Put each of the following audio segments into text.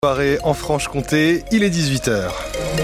Soirée en Franche-Comté, il est 18h.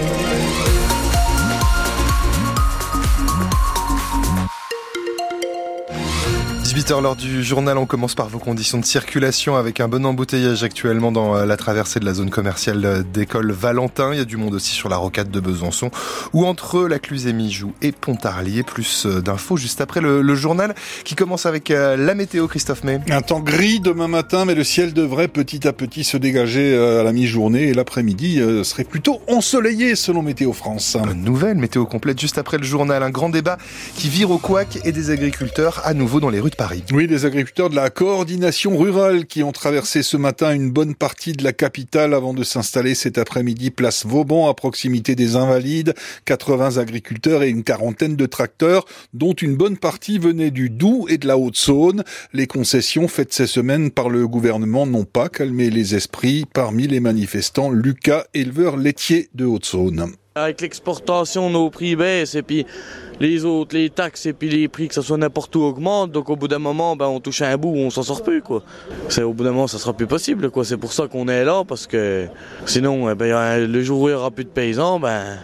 18h lors du journal, on commence par vos conditions de circulation avec un bon embouteillage actuellement dans la traversée de la zone commerciale d'école Valentin. Il y a du monde aussi sur la rocade de Besançon ou entre la Cluse-et-Mijoux et Pontarlier. Plus d'infos juste après le journal qui commence avec la météo, Christophe May. Un temps gris demain matin, mais le ciel devrait petit à petit se dégager à la mi-journée et l'après-midi serait plutôt ensoleillé selon Météo France. Bonne nouvelle, météo complète juste après le journal. Un grand débat qui vire au couac et des agriculteurs à nouveau dans les rues de Paris. Oui, des agriculteurs de la coordination rurale qui ont traversé ce matin une bonne partie de la capitale avant de s'installer cet après-midi place Vauban à proximité des Invalides. 80 agriculteurs et une quarantaine de tracteurs dont une bonne partie venait du Doubs et de la Haute-Saône. Les concessions faites ces semaines par le gouvernement n'ont pas calmé les esprits. Parmi les manifestants, Lucas, éleveur laitier de Haute-Saône. Avec l'exportation, nos prix baissent et puis les autres, les taxes et puis les prix que ça soit n'importe où augmentent. Donc au bout d'un moment, on touche à un bout où on s'en sort plus, quoi. Au bout d'un moment, ça sera plus possible, quoi. C'est pour ça qu'on est là, parce que sinon, le jour où il n'y aura plus de paysans,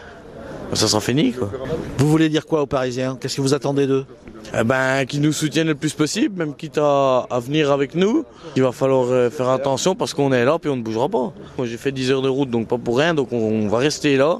ça sera fini, quoi. Vous voulez dire quoi aux Parisiens ? Qu'est-ce que vous attendez d'eux ? Qu'ils nous soutiennent le plus possible, même quitte à venir avec nous. Il va falloir faire attention parce qu'on est là puis on ne bougera pas. Moi j'ai fait 10 heures de route, donc pas pour rien, donc on va rester là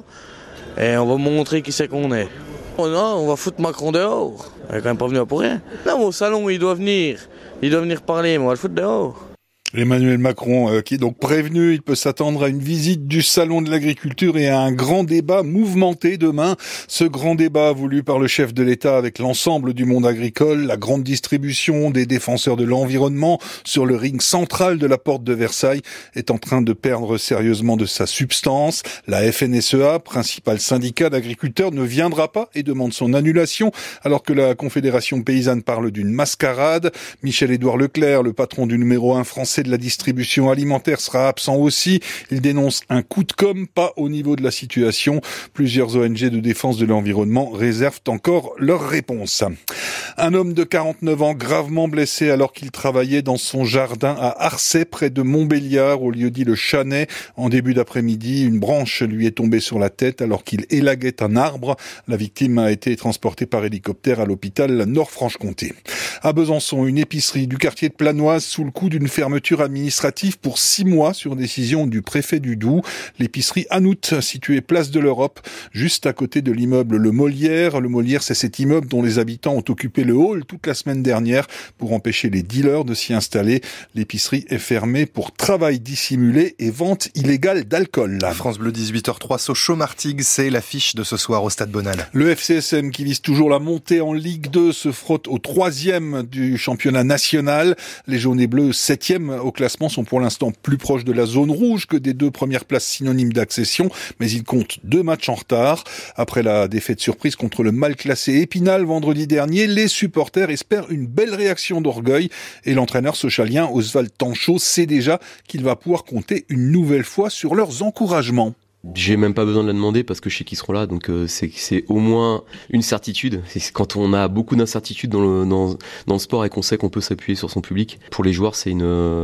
et on va montrer qui c'est qu'on est. Non, on va foutre Macron dehors. Il est quand même pas venu là pour rien. Non, au salon il doit venir parler, mais on va le foutre dehors. Emmanuel Macron qui est donc prévenu, il peut s'attendre à une visite du salon de l'agriculture et à un grand débat mouvementé demain. Ce grand débat voulu par le chef de l'État avec l'ensemble du monde agricole, la grande distribution des défenseurs de l'environnement sur le ring central de la porte de Versailles est en train de perdre sérieusement de sa substance. La FNSEA, principal syndicat d'agriculteurs, ne viendra pas et demande son annulation alors que la Confédération paysanne parle d'une mascarade. Michel-Édouard Leclerc, le patron du numéro 1 français de la distribution alimentaire, sera absent aussi. Il dénonce un coup de com', pas au niveau de la situation. Plusieurs ONG de défense de l'environnement réservent encore leur réponse. Un homme de 49 ans gravement blessé alors qu'il travaillait dans son jardin à Arcet, près de Montbéliard, au lieu-dit le Chanet. En début d'après-midi, une branche lui est tombée sur la tête alors qu'il élaguait un arbre. La victime a été transportée par hélicoptère à l'hôpital Nord-Franche-Comté. À Besançon, une épicerie du quartier de Planoise sous le coup d'une fermeture administrative pour 6 mois sur décision du préfet du Doubs. L'épicerie Hanout, située place de l'Europe, juste à côté de l'immeuble Le Molière. Le Molière, c'est cet immeuble dont les habitants ont occupé le hall toute la semaine dernière pour empêcher les dealers de s'y installer. L'épicerie est fermée pour travail dissimulé et vente illégale d'alcool. France Bleu 18h03, Sochaux-Martigues, c'est l'affiche de ce soir au Stade Bonal. Le FCSM, qui vise toujours la montée en Ligue 2, se frotte au 3e du championnat national. Les jaunes et bleus, 7e au classement, sont pour l'instant plus proches de la zone rouge que des 2 premières places synonymes d'accession, mais ils comptent 2 matchs en retard. Après la défaite surprise contre le mal classé Épinal vendredi dernier, les supporters espèrent une belle réaction d'orgueil et l'entraîneur sochalien Oswald Tanchot sait déjà qu'il va pouvoir compter une nouvelle fois sur leurs encouragements. J'ai même pas besoin de la demander parce que je sais qu'ils seront là, donc c'est au moins une certitude. C'est quand on a beaucoup d'incertitudes dans le sport et qu'on sait qu'on peut s'appuyer sur son public. Pour les joueurs, c'est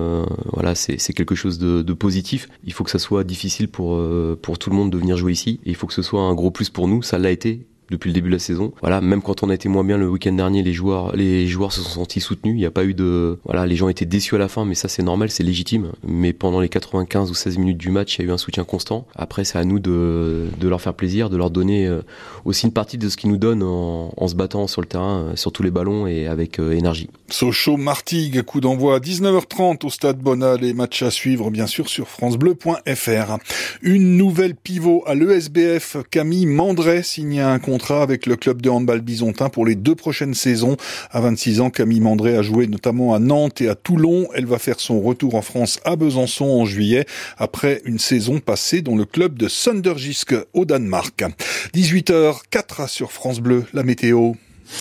c'est quelque chose de positif. Il faut que ça soit difficile pour tout le monde de venir jouer ici et il faut que ce soit un gros plus pour nous. Ça l'a été depuis le début de la saison. Même quand on a été moins bien le week-end dernier, les joueurs se sont sentis soutenus. Il n'y a pas eu les gens étaient déçus à la fin, mais ça c'est normal, c'est légitime. Mais pendant les 95 ou 16 minutes du match, il y a eu un soutien constant. Après, c'est à nous de leur faire plaisir, de leur donner aussi une partie de ce qu'ils nous donnent en se battant sur le terrain, sur tous les ballons et avec énergie. Sochaux-Martigues, coup d'envoi à 19h30 au Stade Bonal et match à suivre bien sûr sur francebleu.fr. Une nouvelle pivot à l'ESBF, Camille Mandret, signe un contrat avec le club de handball bisontin pour les 2 prochaines saisons. À 26 ans, Camille Mandret a joué notamment à Nantes et à Toulon. Elle va faire son retour en France à Besançon en juillet après une saison passée dans le club de Sønderjyske au Danemark. 18h04 sur France Bleu, la météo.